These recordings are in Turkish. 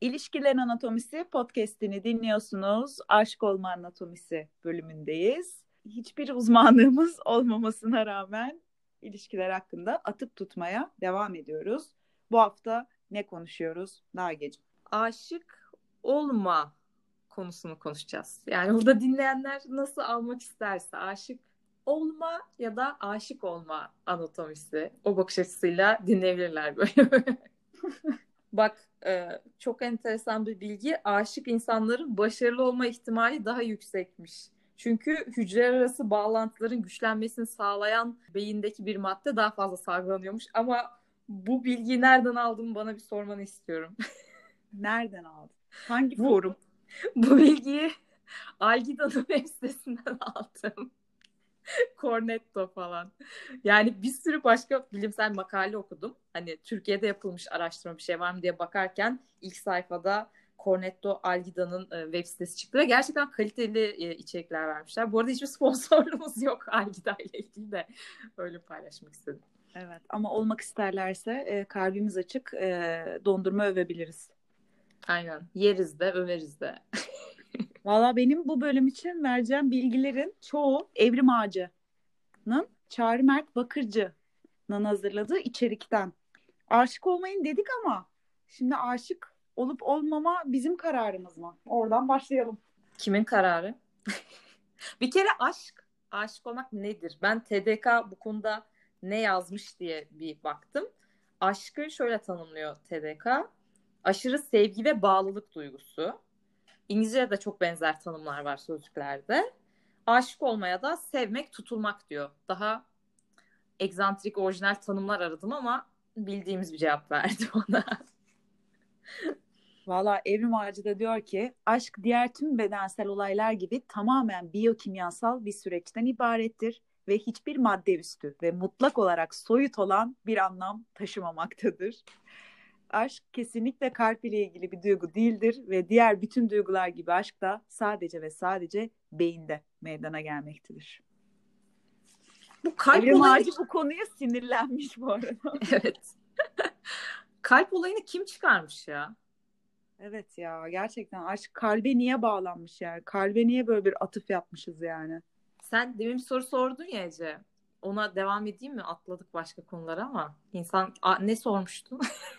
İlişkilerin Anatomisi podcast'ini dinliyorsunuz. Aşk Olma Anatomisi bölümündeyiz. Hiçbir uzmanlığımız olmamasına rağmen ilişkiler hakkında atıp tutmaya devam ediyoruz. Bu hafta ne konuşuyoruz Nageciğim? Aşık olma konusunu konuşacağız. Yani burada dinleyenler nasıl almak isterse aşık olma ya da aşık olma anatomisi o bakış açısıyla dinleyebilirler böyle. Bak çok enteresan bir bilgi. Aşık insanların başarılı olma ihtimali daha yüksekmiş. Çünkü hücreler arası bağlantıların güçlenmesini sağlayan beyindeki bir madde daha fazla salgılanıyormuş. Ama bu bilgiyi nereden aldığımı bana bir sormanı istiyorum. Nereden aldın? Hangi Bu, forum? bu bilgiyi Algida'nın web sitesinden aldım. Cornetto falan. Yani bir sürü başka bilimsel makale okudum. Hani Türkiye'de yapılmış araştırma bir şey var mı diye bakarken ilk sayfada Cornetto Algida'nın web sitesi çıktı ve gerçekten kaliteli içerikler vermişler. Bu arada hiçbir sponsorluğumuz yok Algida ile ilgili de öyle paylaşmak istedim. Evet, ama olmak isterlerse kalbimiz açık, dondurma övebiliriz. Aynen. Yeriz de överiz de. Valla benim bu bölüm için vereceğim bilgilerin çoğu Evrim Ağacı'nın Çağrı Mert Bakırcı'nın hazırladığı içerikten. Aşık olmayın dedik ama şimdi aşık olup olmama bizim kararımız mı? Oradan başlayalım. Kimin kararı? Bir kere aşık olmak nedir? Ben TDK bu konuda ne yazmış diye bir baktım. Aşkı şöyle tanımlıyor TDK. Aşırı sevgi ve bağlılık duygusu. İngilizce'de de çok benzer tanımlar var sözlüklerde. Aşık olmaya da sevmek, tutulmak diyor. Daha egzantrik, orijinal tanımlar aradım ama bildiğimiz bir cevap verdi ona. Valla Evrim Ağacı da diyor ki aşk diğer tüm bedensel olaylar gibi tamamen biyokimyasal bir süreçten ibarettir ve hiçbir madde üstü ve mutlak olarak soyut olan bir anlam taşımamaktadır. Aşk kesinlikle kalp ile ilgili bir duygu değildir ve diğer bütün duygular gibi aşk da sadece ve sadece beyinde meydana gelmektedir. Bu kalp Evrim olayını... Ağacı bu konuya sinirlenmiş bu arada. Evet. Kalp olayını kim çıkarmış ya? Evet ya, gerçekten aşk kalbe niye bağlanmış yani? Kalbe niye böyle bir atıf yapmışız yani? Sen demin bir soru sordun ya Ece. Ona devam edeyim mi? Atladık başka konulara ama insan ne sormuştun?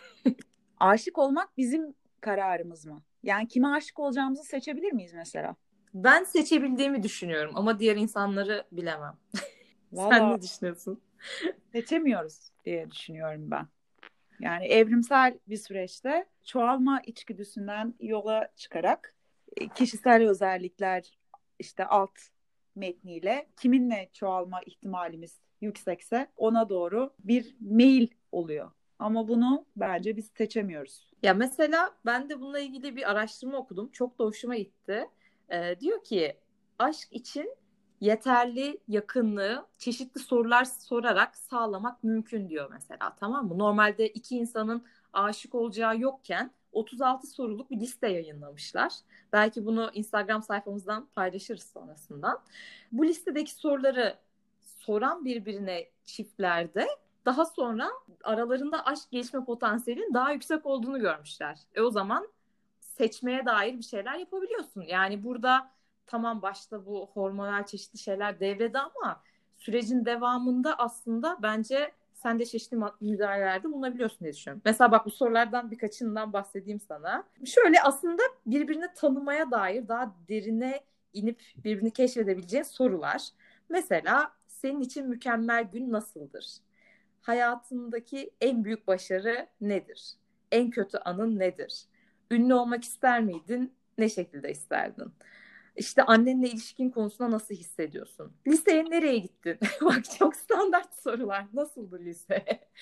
Aşık olmak bizim kararımız mı? Yani kime aşık olacağımızı seçebilir miyiz mesela? Ben seçebildiğimi düşünüyorum ama diğer insanları bilemem. Sen Valla ne düşünüyorsun? seçemiyoruz diye düşünüyorum ben. Yani evrimsel bir süreçte çoğalma içgüdüsünden yola çıkarak kişisel özellikler işte alt metniyle kiminle çoğalma ihtimalimiz yüksekse ona doğru bir meyil oluyor. Ama bunu bence biz seçemiyoruz. Ya mesela ben de bununla ilgili bir araştırma okudum. Çok da hoşuma gitti. Diyor ki aşk için yeterli yakınlığı çeşitli sorular sorarak sağlamak mümkün diyor mesela, tamam mı? Normalde iki insanın aşık olacağı yokken 36 soruluk bir liste yayınlamışlar. Belki bunu Instagram sayfamızdan paylaşırız sonrasından. Bu listedeki soruları soran birbirine çiftlerde daha sonra aralarında aşk gelişme potansiyelinin daha yüksek olduğunu görmüşler. O zaman seçmeye dair bir şeyler yapabiliyorsun. Yani burada tamam, başta bu hormonal çeşitli şeyler devrede ama sürecin devamında aslında bence sen de çeşitli müdahalelerde bulunabiliyorsun diye düşünüyorum. Mesela bak, bu sorulardan birkaçından bahsedeyim sana. Şöyle aslında birbirini tanımaya dair daha derine inip birbirini keşfedebileceğin sorular. Mesela senin için mükemmel gün nasıldır? Hayatındaki en büyük başarı nedir? En kötü anın nedir? Ünlü olmak ister miydin? Ne şekilde isterdin? İşte annenle ilişkin konusunda nasıl hissediyorsun? Liseye nereye gittin? Bak, çok standart sorular. Nasıldı lise?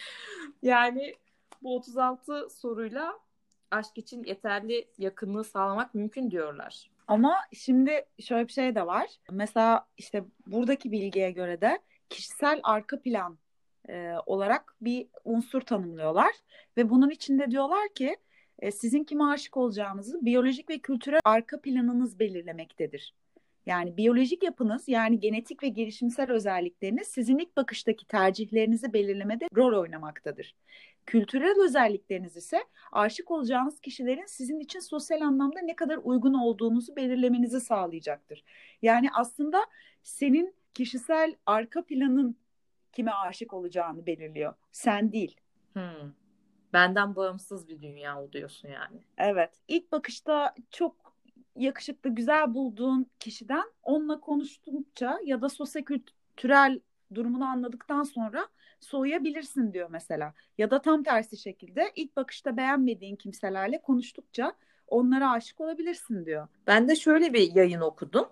Yani bu 36 soruyla aşk için yeterli yakınlığı sağlamak mümkün diyorlar. Ama şimdi şöyle bir şey de var. Mesela işte buradaki bilgiye göre de kişisel arka plan olarak bir unsur tanımlıyorlar. Ve bunun içinde diyorlar ki sizin kime aşık olacağınızı biyolojik ve kültürel arka planınız belirlemektedir Yani biyolojik yapınız, yani genetik ve gelişimsel özellikleriniz sizin ilk bakıştaki tercihlerinizi belirlemede rol oynamaktadır. Kültürel özellikleriniz ise aşık olacağınız kişilerin sizin için sosyal anlamda ne kadar uygun olduğunuzu belirlemenizi sağlayacaktır. Yani aslında senin kişisel arka planın kime aşık olacağını belirliyor. Sen değil. Hmm. Benden bağımsız bir dünya oluyorsun yani. Evet. İlk bakışta çok yakışıklı, güzel bulduğun kişiden onunla konuştukça ya da sosyokültürel durumunu anladıktan sonra soğuyabilirsin diyor mesela. Ya da tam tersi şekilde ilk bakışta beğenmediğin kimselerle konuştukça onlara aşık olabilirsin diyor. Ben de şöyle bir yayın okudum.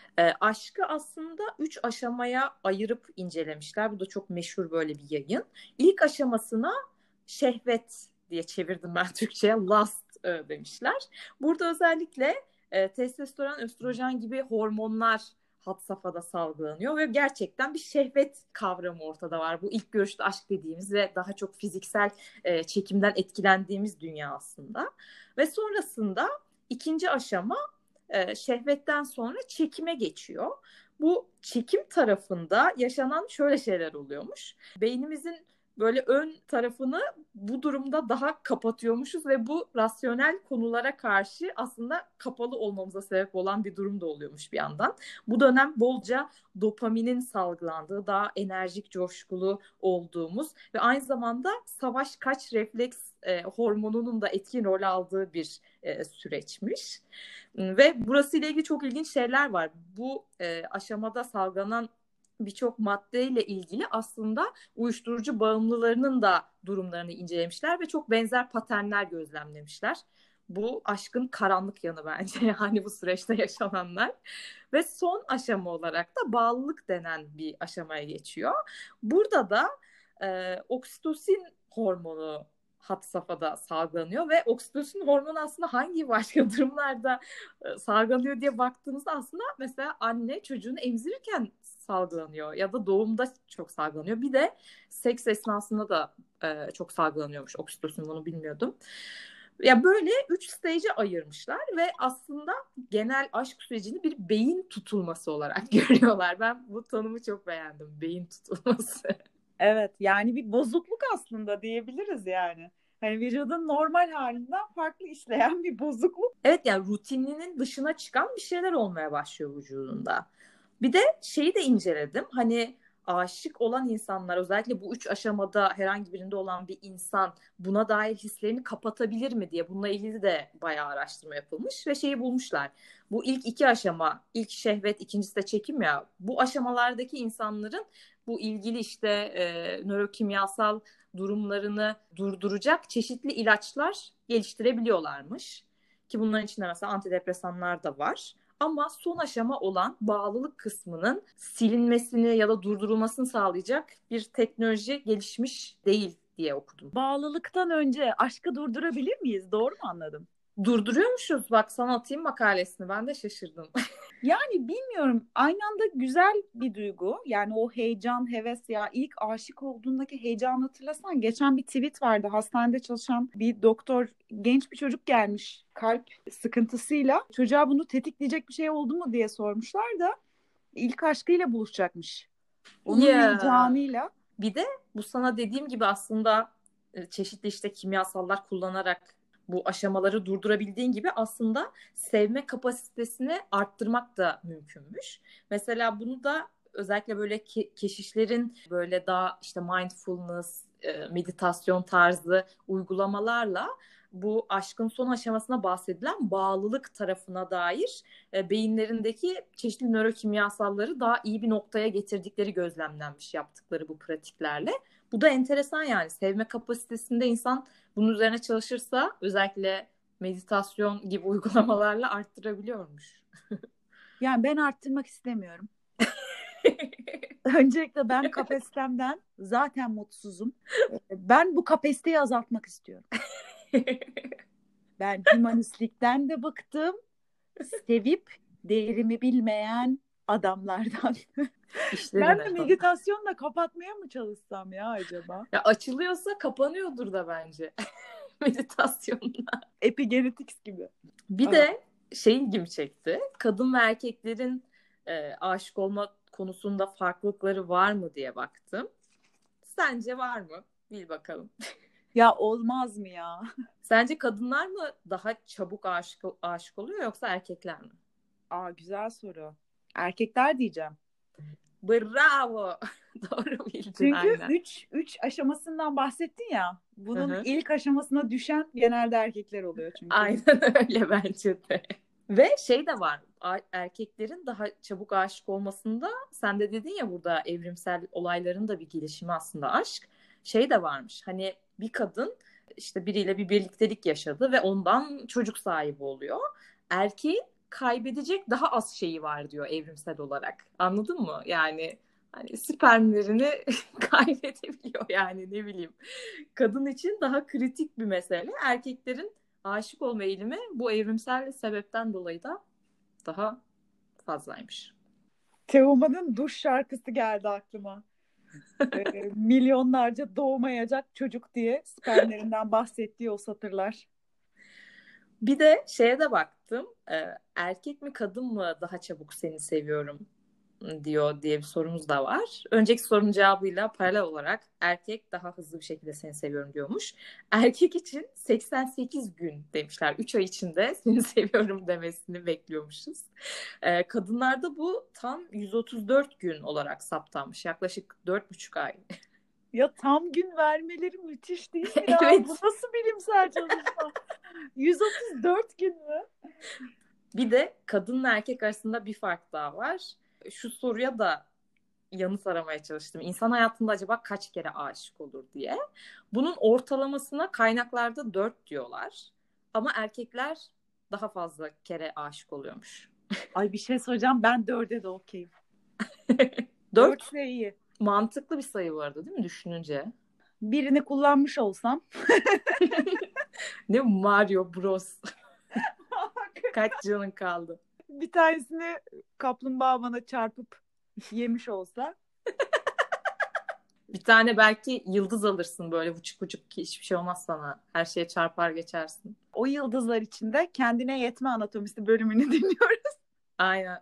Aşkı aslında 3 aşamaya ayırıp incelemişler. Bu da çok meşhur böyle bir yayın. İlk aşamasına şehvet diye çevirdim ben Türkçe'ye. Lust demişler. Burada özellikle testosteron, östrojen gibi hormonlar had safhada salgılanıyor ve gerçekten bir şehvet kavramı ortada var. Bu ilk görüşte aşk dediğimiz ve daha çok fiziksel çekimden etkilendiğimiz dünya aslında. Ve sonrasında ikinci aşama şehvetten sonra çekime geçiyor. Bu çekim tarafında yaşanan şöyle şeyler oluyormuş. Beynimizin böyle ön tarafını bu durumda daha kapatıyormuşuz ve bu rasyonel konulara karşı aslında kapalı olmamıza sebep olan bir durum da oluyormuş bir yandan. Bu dönem bolca dopaminin salgılandığı, daha enerjik, coşkulu olduğumuz ve aynı zamanda savaş kaç refleks hormonunun da etkin rol aldığı bir süreçmiş. Ve burası ile ilgili çok ilginç şeyler var. Bu aşamada salgılanan birçok maddeyle ilgili aslında uyuşturucu bağımlılarının da durumlarını incelemişler ve çok benzer paternler gözlemlemişler. Bu aşkın karanlık yanı bence yani bu süreçte yaşananlar. Ve son aşama olarak da bağlılık denen bir aşamaya geçiyor. Burada da oksitosin hormonu had safhada salgılanıyor ve oksitosin hormonu aslında hangi başka durumlarda salgılanıyor diye baktığımızda aslında mesela anne çocuğunu emzirirken salgılanıyor ya da doğumda çok salgılanıyor. Bir de seks esnasında da çok salgılanıyormuş oksitosin, bunu bilmiyordum. Ya böyle 3 stage'e ayırmışlar ve aslında genel aşk sürecini bir beyin tutulması olarak görüyorlar. Ben bu tanımı çok beğendim. Beyin tutulması. Evet, yani bir bozukluk aslında diyebiliriz yani. Hani vücudun normal halinden farklı işleyen bir bozukluk. Evet, yani rutininin dışına çıkan bir şeyler olmaya başlıyor vücudunda. Bir de şeyi de inceledim. Hani aşık olan insanlar, özellikle bu 3 aşamada herhangi birinde olan bir insan buna dair hislerini kapatabilir mi diye, bununla ilgili de bayağı araştırma yapılmış ve şeyi bulmuşlar. Bu ilk 2 aşama, ilk şehvet, ikincisi de çekim ya. Bu aşamalardaki insanların bu ilgili işte nörokimyasal durumlarını durduracak çeşitli ilaçlar geliştirebiliyorlarmış. Ki bunların içinde mesela antidepresanlar da var. Ama son aşama olan bağlılık kısmının silinmesini ya da durdurulmasını sağlayacak bir teknoloji gelişmiş değil diye okudum. Bağlılıktan önce aşkı durdurabilir miyiz? Doğru mu anladım? Durduruyormuşuz. Bak sana atayım makalesini. Ben de şaşırdım. Yani bilmiyorum. Aynı anda güzel bir duygu. Yani o heyecan, heves, ya ilk aşık olduğundaki heyecanı hatırlasan. Geçen bir tweet vardı. Hastanede çalışan bir doktor, genç bir çocuk gelmiş kalp sıkıntısıyla. Çocuğa bunu tetikleyecek bir şey oldu mu diye sormuşlar da ilk aşkıyla buluşacakmış. Onun heyecanıyla. Bir de bu sana dediğim gibi aslında çeşitli işte kimyasallar kullanarak bu aşamaları durdurabildiğin gibi aslında sevme kapasitesini arttırmak da mümkünmüş. Mesela bunu da özellikle böyle keşişlerin böyle daha işte mindfulness, meditasyon tarzı uygulamalarla bu aşkın son aşamasına bahsedilen bağlılık tarafına dair beyinlerindeki çeşitli nörokimyasalları daha iyi bir noktaya getirdikleri gözlemlenmiş yaptıkları bu pratiklerle. Bu da enteresan yani. Sevme kapasitesinde insan bunun üzerine çalışırsa özellikle meditasyon gibi uygulamalarla arttırabiliyormuş. Yani ben arttırmak istemiyorum. Öncelikle ben kapasitemden zaten mutsuzum. Ben bu kapasiteyi azaltmak istiyorum. Ben hümanistlikten de bıktım. Sevip değerimi bilmeyen adamlardan. Ben de meditasyonla kapatmaya mı çalışsam ya acaba? Ya açılıyorsa kapanıyordur da bence meditasyonla. Epigenetics gibi. Bir de şey ilgimi çekti. Kadın ve erkeklerin aşık olma konusunda farklılıkları var mı diye baktım. Sence var mı? Bil bakalım. Ya olmaz mı ya? Sence kadınlar mı daha çabuk aşık oluyor yoksa erkekler mi? Aa, güzel soru. Erkekler diyeceğim. Bravo. Doğru bildin Çünkü aynen. üç aşamasından bahsettin ya. Hı Bunun hı. ilk aşamasına düşen genelde erkekler oluyor çünkü. Aynen öyle bence de. Ve şey de var. Erkeklerin daha çabuk aşık olmasında sen de dedin ya burada evrimsel olayların da bir gelişimi aslında aşk. Şey de varmış. Hani bir kadın işte biriyle bir birliktelik yaşadı ve ondan çocuk sahibi oluyor. Erkeğin kaybedecek daha az şeyi var diyor evrimsel olarak. Anladın mı? Yani hani spermlerini kaybedebiliyor yani ne bileyim. Kadın için daha kritik bir mesele. Erkeklerin aşık olma eğilimi bu evrimsel sebepten dolayı da daha fazlaymış. Teoman'ın duş şarkısı geldi aklıma. Milyonlarca doğmayacak çocuk diye spermlerinden bahsettiği o satırlar. Bir de şeye de baktım. Erkek mi kadın mı daha çabuk seni seviyorum diyor diye bir sorumuz da var. Önceki sorunun cevabıyla paralel olarak erkek daha hızlı bir şekilde seni seviyorum diyormuş. Erkek için 88 gün demişler. 3 ay içinde seni seviyorum demesini bekliyormuşuz. Kadınlarda bu tam 134 gün olarak saptanmış. Yaklaşık 4,5 ay. Ya tam gün vermeleri müthiş değil mi ya? Evet. Bu nasıl bilimsel çalışma? 134 gün mü? Bir de kadınla erkek arasında bir fark daha var. Şu soruya da yanıt aramaya çalıştım. İnsan hayatında acaba kaç kere aşık olur diye. Bunun ortalamasına kaynaklarda 4 diyorlar. Ama erkekler daha fazla kere aşık oluyormuş. Ay, bir şey soracağım. Ben 4'e de okeyim. 4 4 de iyi. mantıklı bir sayı bu arada değil mi düşününce? Birini kullanmış olsam. Ne Mario Bros. Kaç canın kaldı? Bir tanesini kaplumbağa bana çarpıp yemiş olsa. Bir tane belki yıldız alırsın böyle vuçuk vuçuk ki hiçbir şey olmaz sana. Her şeye çarpar geçersin. O yıldızlar içinde kendine yetme anatomisi bölümünü dinliyoruz. Aynen.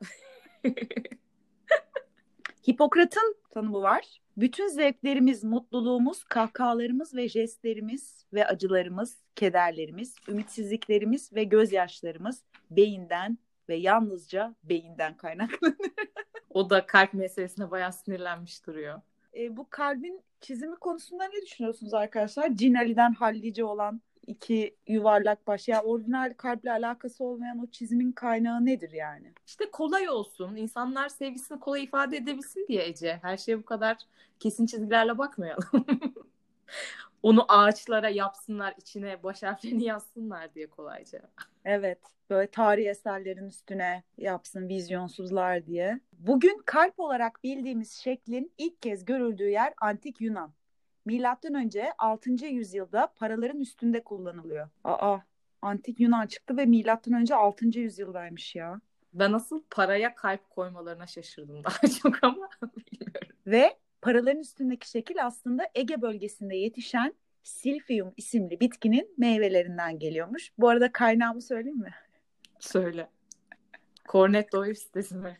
Hipokrat'ın tanımı var. Bütün zevklerimiz, mutluluğumuz, kahkahalarımız ve jestlerimiz ve acılarımız, kederlerimiz, ümitsizliklerimiz ve gözyaşlarımız beyinden ve yalnızca beyinden kaynaklanır. O da kalp meselesine bayağı sinirlenmiş duruyor. Bu kalbin çizimi konusunda ne düşünüyorsunuz arkadaşlar? Cinali'den hallice olan iki yuvarlak baş. Yani orijinal kalple alakası olmayan o çizimin kaynağı nedir yani? İşte kolay olsun. İnsanlar sevgisini kolay ifade edebilsin diye Ece. Her şeye bu kadar kesin çizgilerle bakmayalım. Onu ağaçlara yapsınlar, içine baş harflerini yazsınlar diye kolayca. Evet, böyle tarihi eserlerin üstüne yapsın vizyonsuzlar diye. Bugün kalp olarak bildiğimiz şeklin ilk kez görüldüğü yer Antik Yunan. Milattan önce 6. yüzyılda paraların üstünde kullanılıyor. Aa, Antik Yunan çıktı ve milattan önce 6. yüzyıldaymış ya. Ben asıl paraya kalp koymalarına şaşırdım daha çok ama bilmiyorum. Ve paraların üstündeki şekil aslında Ege bölgesinde yetişen Silphium isimli bitkinin meyvelerinden geliyormuş. Bu arada kaynağımı söyleyeyim mi? Söyle. Cornetto web sitesi mi?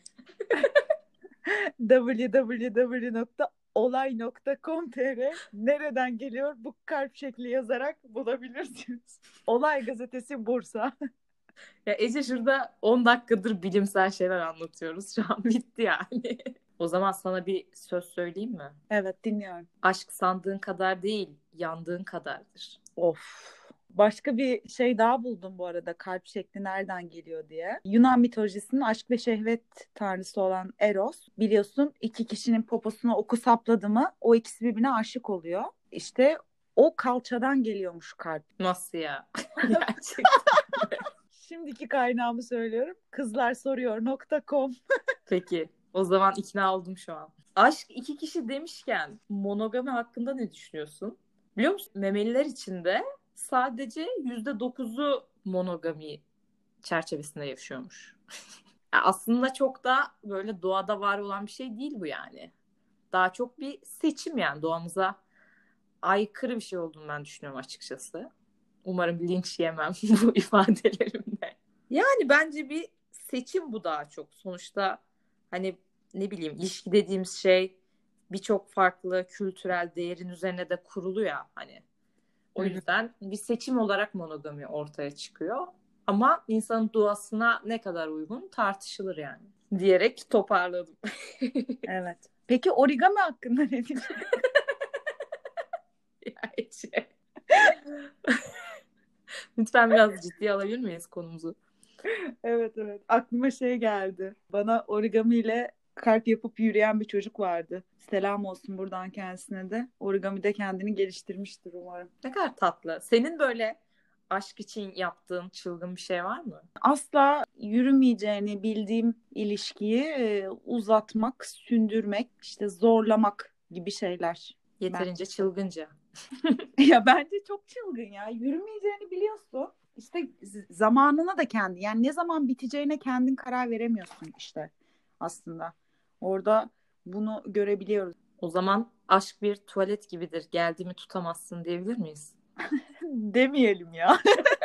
www.olay.com.tr nereden geliyor bu kalp şekli yazarak bulabilirsiniz. Olay gazetesi Bursa. Ya Ece şurada 10 dakikadır bilimsel şeyler anlatıyoruz. Şu an bitti yani. O zaman sana bir söz söyleyeyim mi? Evet, dinliyorum. Aşk sandığın kadar değil, yandığın kadardır. Of. Başka bir şey daha buldum bu arada, kalp şekli nereden geliyor diye. Yunan mitolojisinin aşk ve şehvet tanrısı olan Eros. Biliyorsun, iki kişinin poposuna oku sapladı mı o ikisi birbirine aşık oluyor. İşte o kalçadan geliyormuş kalp. Nasıl ya? Gerçekten. Şimdiki kaynağımı söylüyorum. Kızlarsoruyor.com. Peki. O zaman ikna oldum şu an. Aşk iki kişi demişken monogami hakkında ne düşünüyorsun? Biliyor musun? Memeliler içinde sadece %9'u monogami çerçevesinde yaşıyormuş. Aslında çok da böyle doğada var olan bir şey değil bu yani. Daha çok bir seçim yani doğamıza aykırı bir şey olduğunu ben düşünüyorum açıkçası. Umarım linç yemem bu ifadelerimde. Yani bence bir seçim bu daha çok. Sonuçta hani ne bileyim ilişki dediğimiz şey birçok farklı kültürel değerin üzerine de kurulu ya hani. O Hı hı. yüzden bir seçim olarak monogami ortaya çıkıyor. Ama insanın doğasına ne kadar uygun tartışılır yani. Diyerek toparladım. Evet. Peki origami hakkında ne diyeceksin? Yani lütfen biraz ciddiye alabilir miyiz konumuzu? Evet, evet. Aklıma şey geldi. Bana origamiyle kalp yapıp yürüyen bir çocuk vardı. Selam olsun buradan kendisine de. Origamide kendini geliştirmiştir umarım. Ne kadar tatlı. Senin böyle aşk için yaptığın çılgın bir şey var mı? Asla yürümeyeceğini bildiğim ilişkiyi uzatmak, sündürmek, işte zorlamak gibi şeyler. Ben Yeterince çılgınca. ya bence çok çılgın ya. Yürümeyeceğini biliyorsun. İşte zamanına da kendi, yani ne zaman biteceğine kendin karar veremiyorsun işte aslında. Orada bunu görebiliyoruz. O zaman aşk bir tuvalet gibidir. Geldiğimi tutamazsın diyebilir miyiz? Demeyelim ya.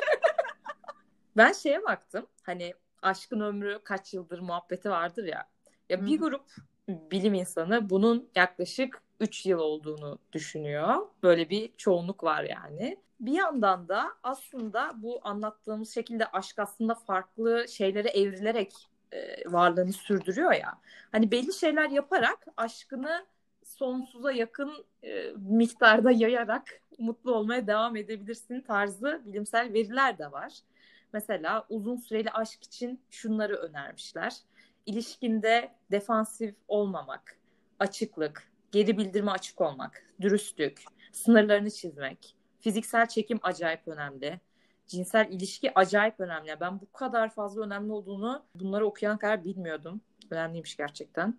Ben şeye baktım. Hani aşkın ömrü kaç yıldır muhabbeti vardır ya. Hı Ya bir hı. grup bilim insanı bunun yaklaşık 3 yıl olduğunu düşünüyor. Böyle bir çoğunluk var yani. Bir yandan da aslında bu anlattığımız şekilde aşk aslında farklı şeylere evrilerek varlığını sürdürüyor ya. Hani belli şeyler yaparak aşkını sonsuza yakın miktarda yayarak mutlu olmaya devam edebilirsin tarzı bilimsel veriler de var. Mesela uzun süreli aşk için şunları önermişler. İlişkinde defansif olmamak, açıklık, geri bildirime açık olmak, dürüstlük, sınırlarını çizmek, fiziksel çekim acayip önemli. Cinsel ilişki acayip önemli. Ben bu kadar fazla önemli olduğunu bunları okuyan kadar bilmiyordum. Önemliymiş gerçekten.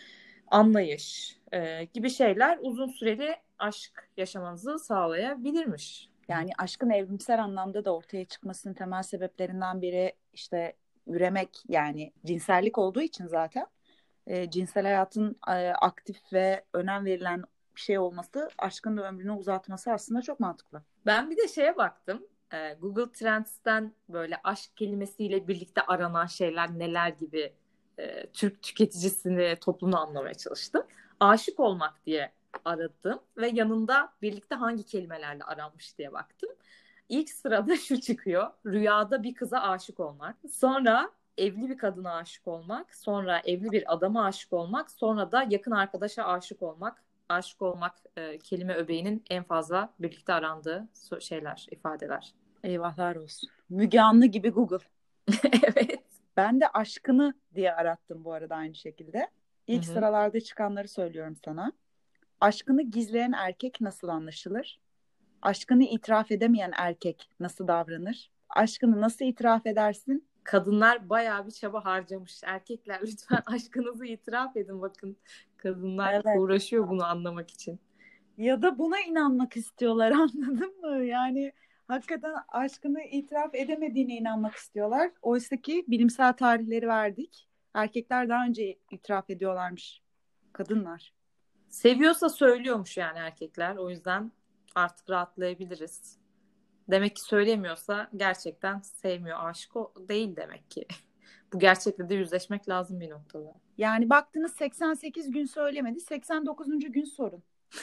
Anlayış gibi şeyler uzun süreli aşk yaşamanızı sağlayabilirmiş. Yani aşkın evrimsel anlamda da ortaya çıkmasının temel sebeplerinden biri işte üremek, yani cinsellik olduğu için zaten cinsel hayatın aktif ve önem verilen bir şey olması, aşkın da ömrünü uzatması aslında çok mantıklı. Ben bir de şeye baktım. Google Trends'ten böyle aşk kelimesiyle birlikte aranan şeyler neler gibi Türk tüketicisini, toplumunu anlamaya çalıştım. Aşık olmak diye aradım ve yanında birlikte hangi kelimelerle aranmış diye baktım. İlk sırada şu çıkıyor. Rüyada bir kıza aşık olmak. Sonra evli bir kadına aşık olmak. Sonra evli bir adama aşık olmak. Sonra da yakın arkadaşa aşık olmak. Aşık olmak kelime öbeğinin en fazla birlikte arandığı şeyler, ifadeler. Eyvahlar olsun. Müge Anlı gibi Google. Evet. Ben de aşkını diye arattım bu arada aynı şekilde. Hı İlk hı. sıralarda çıkanları söylüyorum sana. Aşkını gizleyen erkek nasıl anlaşılır? Aşkını itiraf edemeyen erkek nasıl davranır? Aşkını nasıl itiraf edersin? Kadınlar bayağı bir çaba harcamış. Erkekler lütfen aşkınızı itiraf edin bakın. Kadınlar Evet. uğraşıyor bunu anlamak için. Ya da buna inanmak istiyorlar, anladın mı? Yani hakikaten aşkını itiraf edemediğine inanmak istiyorlar. Oysa ki bilimsel tarihleri verdik. Erkekler daha önce itiraf ediyorlarmış. Kadınlar. Seviyorsa söylüyormuş yani erkekler. O yüzden artık rahatlayabiliriz. Demek ki söylemiyorsa gerçekten sevmiyor, aşık değil demek ki. Bu gerçekle de yüzleşmek lazım bir noktada. Yani baktınız 88 gün söylemedi. 89. gün sorun.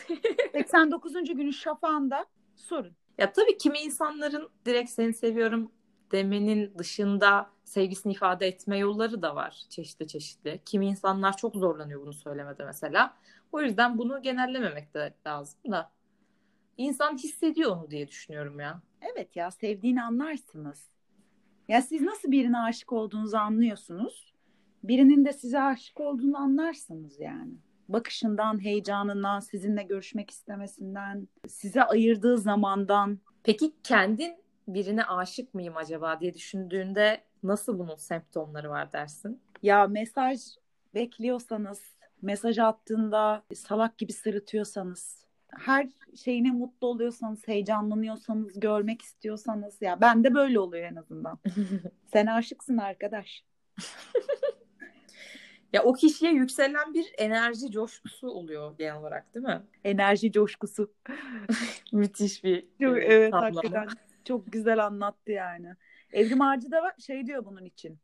89. günün şafağında sorun. Ya tabii kimi insanların direkt seni seviyorum demenin dışında sevgisini ifade etme yolları da var çeşitli çeşitli. Kimi insanlar çok zorlanıyor bunu söylemede mesela. O yüzden bunu genellememek de lazım da. İnsan hissediyor onu diye düşünüyorum ya. Evet ya, sevdiğini anlarsınız. Ya siz nasıl birine aşık olduğunuzu anlıyorsunuz. Birinin de size aşık olduğunu anlarsınız yani. Bakışından, heyecanından, sizinle görüşmek istemesinden, size ayırdığı zamandan. Peki kendin birine aşık mıyım acaba diye düşündüğünde nasıl bunun semptomları var dersin? Ya mesaj bekliyorsanız, mesaj attığında salak gibi sırıtıyorsanız, her şeyine mutlu oluyorsanız, heyecanlanıyorsanız, görmek istiyorsanız, ya ben de böyle oluyor en azından. Sen aşıksın arkadaş. Ya o kişiye yükselen bir enerji coşkusu oluyor genel olarak değil mi? Enerji coşkusu. Müthiş bir Çok, evet, tanımlama. hakikaten çok güzel anlattı yani. Evrim Ağacı da şey diyor bunun için.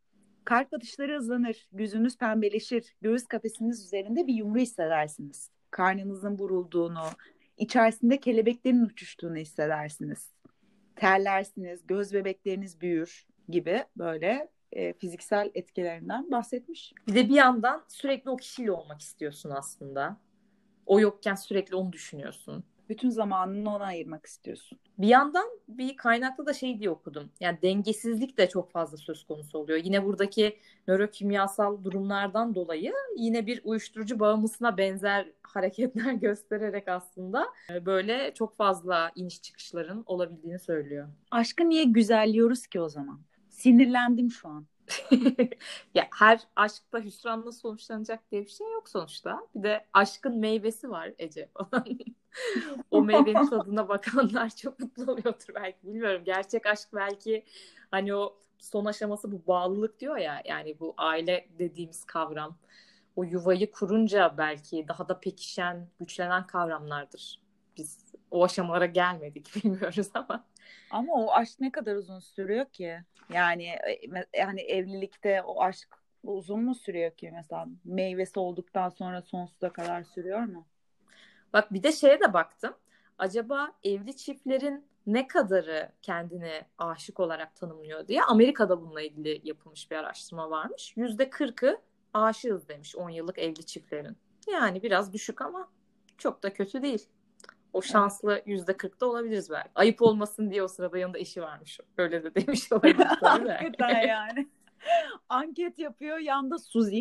Kalp atışları hızlanır, yüzünüz pembeleşir, göğüs kafesiniz üzerinde bir yumru hissedersiniz. Karnınızın burulduğunu, içerisinde kelebeklerin uçuştuğunu hissedersiniz. Terlersiniz, göz bebekleriniz büyür gibi böyle fiziksel etkilerinden bahsetmiş. Bir de bir yandan sürekli o kişiyle olmak istiyorsun aslında. O yokken sürekli onu düşünüyorsun. Bütün zamanını ona ayırmak istiyorsun. Bir yandan bir kaynakta da şey diye okudum. Yani dengesizlik de çok fazla söz konusu oluyor. Yine buradaki nörokimyasal durumlardan dolayı yine bir uyuşturucu bağımlısına benzer hareketler göstererek aslında böyle çok fazla iniş çıkışların olabildiğini söylüyor. Aşkı niye güzelliyoruz ki o zaman? Sinirlendim şu an. Ya her aşkta hüsranla sonuçlanacak diye bir şey yok sonuçta. Bir de aşkın meyvesi var Ece falan. O meyvenin tadına bakanlar çok mutlu oluyordur belki. Bilmiyorum. Gerçek aşk belki hani o son aşaması bu bağlılık diyor ya. Yani bu aile dediğimiz kavram. O yuvayı kurunca belki daha da pekişen, güçlenen kavramlardır. Biz o aşamalara gelmedik bilmiyoruz ama. Ama o aşk ne kadar uzun sürüyor ki? Yani evlilikte o aşk uzun mu sürüyor ki mesela? Meyvesi olduktan sonra sonsuza kadar sürüyor mu? Bak bir de şeye de baktım. Acaba evli çiftlerin ne kadarı kendini aşık olarak tanımlıyor diye Amerika'da bununla ilgili yapılmış bir araştırma varmış. %40'ı aşığız demiş 10 yıllık evli çiftlerin. Yani biraz düşük ama çok da kötü değil. O Evet. şanslı %40'da olabiliriz belki. Ayıp olmasın diye o sırada yanında eşi varmış. Öyle de demiş olabilir tabii de. Hakikaten yani. Anket yapıyor. Yanda Suzy.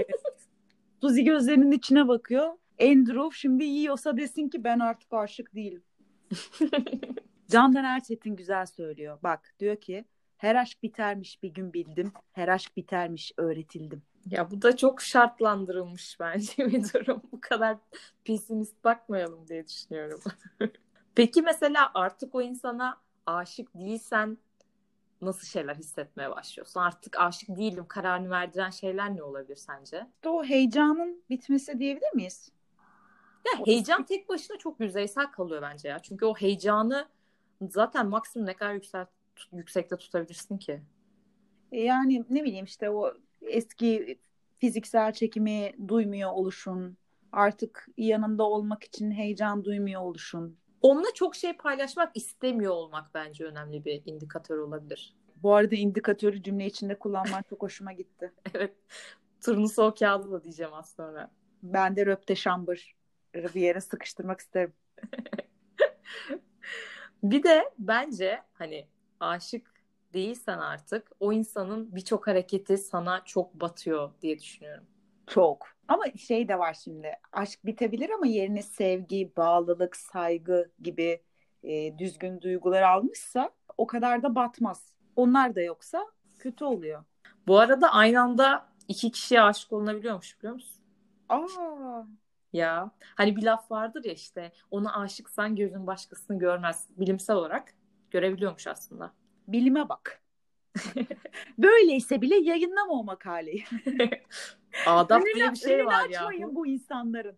Suzy gözlerinin içine bakıyor. Andrew şimdi yiyorsa desin ki ben artık aşık değilim. Candan Erçetin güzel söylüyor. Bak diyor ki her aşk bitermiş bir gün bildim. Her aşk bitermiş öğretildim. Ya bu da çok şartlandırılmış bence bir durum. Bu kadar pesimist bakmayalım diye düşünüyorum. Peki mesela artık o insana aşık değilsen nasıl şeyler hissetmeye başlıyorsun? Artık aşık değilim kararını verdiren şeyler ne olabilir sence? İşte o heyecanın bitmesi diyebilir miyiz? Ya O heyecan tek başına çok yüzeysel kalıyor bence ya. Çünkü o heyecanı zaten maksimum ne kadar yüksekte tutabilirsin ki? Yani ne bileyim işte o eski fiziksel çekimi duymuyor oluşun, artık yanında olmak için heyecan duymuyor oluşun. Onunla çok şey paylaşmak istemiyor olmak bence önemli bir indikatör olabilir. Bu arada indikatörü cümle içinde kullanman çok hoşuma gitti. Evet. Turnusol kağıdı da diyeceğim az sonra. Ben de röpte şambır bir yere sıkıştırmak isterim. Bir de bence hani aşık değilsen artık o insanın birçok hareketi sana çok batıyor diye düşünüyorum. Çok. Ama şey de var şimdi. Aşk bitebilir ama yerine sevgi, bağlılık, saygı gibi düzgün duygular almışsa o kadar da batmaz. Onlar da yoksa kötü oluyor. Bu arada aynı anda iki kişiye aşık olunabiliyormuş biliyor musun? Aa, Ya hani bir laf vardır ya işte ona aşıksan gözün başkasını görmez. Bilimsel olarak görebiliyormuş aslında. bilime bak. Böyleyse bile yayınlama o makaleyi. Adap diye bir şey Önünü var açmayın yahu. bu insanların.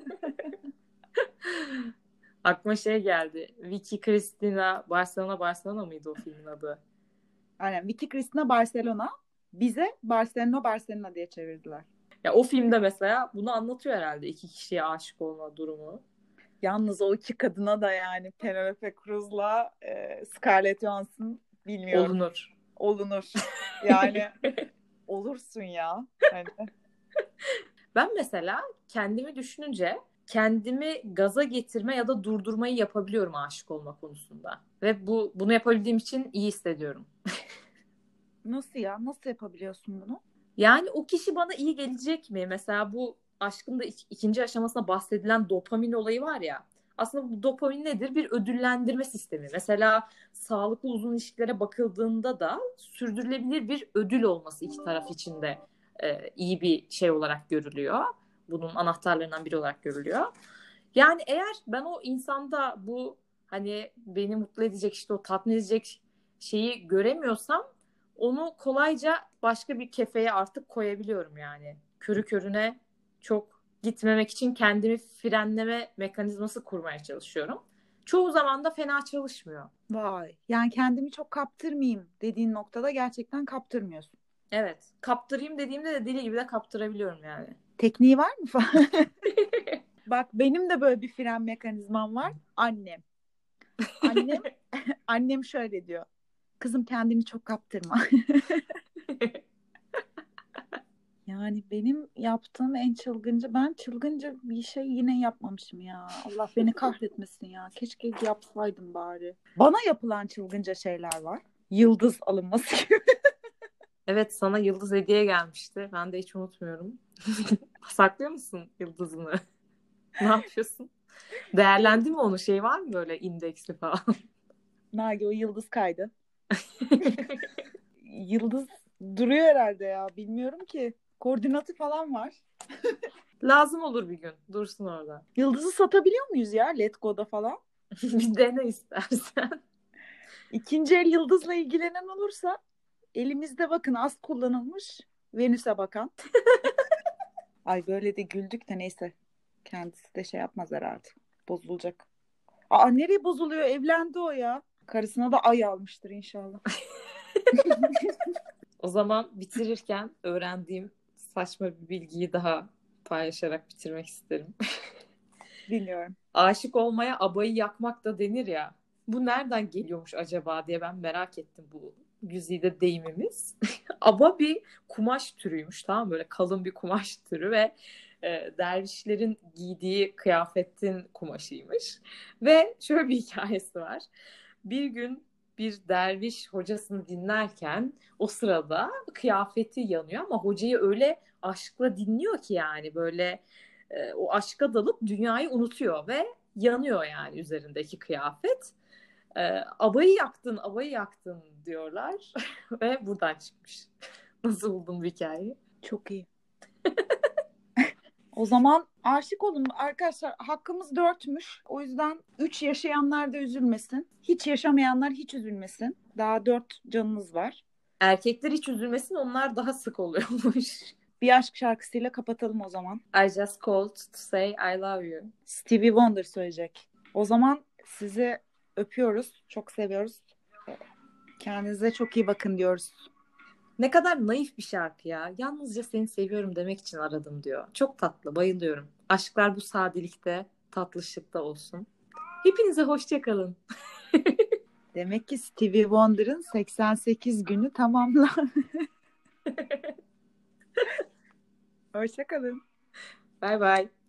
Aklıma şey geldi. Vicky Cristina Barcelona mıydı o filmin adı? Aynen. Vicky Cristina Barcelona. Bize Barcelona diye çevirdiler. Ya o filmde mesela bunu anlatıyor herhalde iki kişiye aşık olma durumu. Yalnız o iki kadına da yani Penelope Cruz'la Scarlett Johansson bilmiyorum. Olunur. Olunur. Yani olursun ya. Hani. Ben mesela kendimi düşününce kendimi gaza getirme ya da durdurmayı yapabiliyorum aşık olma konusunda. Ve bunu yapabildiğim için iyi hissediyorum. Nasıl ya? Nasıl yapabiliyorsun bunu? Yani o kişi bana iyi gelecek mi? Mesela bu aşkın da ikinci aşamasında bahsedilen dopamin olayı var ya. Aslında bu dopamin nedir? Bir ödüllendirme sistemi. Mesela sağlıklı uzun ilişkilere bakıldığında da sürdürülebilir bir ödül olması iki taraf için de iyi bir şey olarak görülüyor. Bunun anahtarlarından biri olarak görülüyor. Yani eğer ben o insanda bu hani beni mutlu edecek işte o tatmin edecek şeyi göremiyorsam onu kolayca başka bir kefeye artık koyabiliyorum yani. Körü körüne çok gitmemek için kendimi frenleme mekanizması kurmaya çalışıyorum. Çoğu zaman da fena çalışmıyor. Vay. Yani kendimi çok kaptırmayayım dediğin noktada gerçekten kaptırmıyorsun. Evet. Kaptırayım dediğimde de deli gibi de kaptırabiliyorum yani. Tekniği var mı falan? Bak benim de böyle bir fren mekanizmam var. Annem. Annem annem şöyle diyor. Kızım kendini çok kaptırma. Yani benim yaptığım en çılgınca, ben çılgınca bir şey yine yapmamışım ya. Allah beni kahretmesin ya. Keşke yapsaydım bari. Bana yapılan çılgınca şeyler var. Yıldız alınması gibi. Evet, sana yıldız hediye gelmişti. Ben de hiç unutmuyorum. Saklıyor musun yıldızını? Ne yapıyorsun? Değerlendi mi onu? Şey var mı böyle indeksi falan? Nagi o yıldız kaydı. Yıldız duruyor herhalde ya. Bilmiyorum ki. Koordinatı falan var. Lazım olur bir gün. Dursun orada. Yıldızı satabiliyor muyuz ya Letgo'da falan? Bir dene istersen. İkinci el yıldızla ilgilenen olursa elimizde bakın az kullanılmış Venüs'e bakan. Ay böyle de güldük de neyse. Kendisi de şey yapmaz herhalde. Bozulacak. Aa nereye bozuluyor? Evlendi o ya. Karısına da ay almıştır inşallah. O zaman bitirirken öğrendiğim saçma bir bilgiyi daha paylaşarak bitirmek isterim. Bilmiyorum. Aşık olmaya abayı yakmak da denir ya. Bu nereden geliyormuş acaba diye ben merak ettim bu güzide deyimimiz. Aba bir kumaş türüymüş, tamam mı? Böyle kalın bir kumaş türü ve dervişlerin giydiği kıyafetin kumaşıymış. Ve şöyle bir hikayesi var. Bir gün bir derviş hocasını dinlerken o sırada kıyafeti yanıyor ama hocayı öyle aşkla dinliyor ki yani böyle o aşka dalıp dünyayı unutuyor ve yanıyor yani üzerindeki kıyafet. Abayı yaktın, abayı yaktın diyorlar ve buradan çıkmış. Nasıl buldun bu hikayeyi? Çok iyi. O zaman aşık olun arkadaşlar. Hakkımız 4'müş. O yüzden 3 yaşayanlar da üzülmesin. Hiç yaşamayanlar hiç üzülmesin. Daha 4 canınız var. Erkekler hiç üzülmesin, onlar daha sık oluyormuş. Bir aşk şarkısıyla kapatalım o zaman. I just called to say I love you. Stevie Wonder söyleyecek. O zaman sizi öpüyoruz. Çok seviyoruz. Kendinize çok iyi bakın diyoruz. Ne kadar naif bir şarkı ya. Yalnızca seni seviyorum demek için aradım diyor. Çok tatlı, bayılıyorum. Aşklar bu sadelikte, tatlışlıkta olsun. Hepinize hoşça kalın. Demek ki Stevie Wonder'ın 88 günü tamamlandı. Hoşça kalın. Bye bye.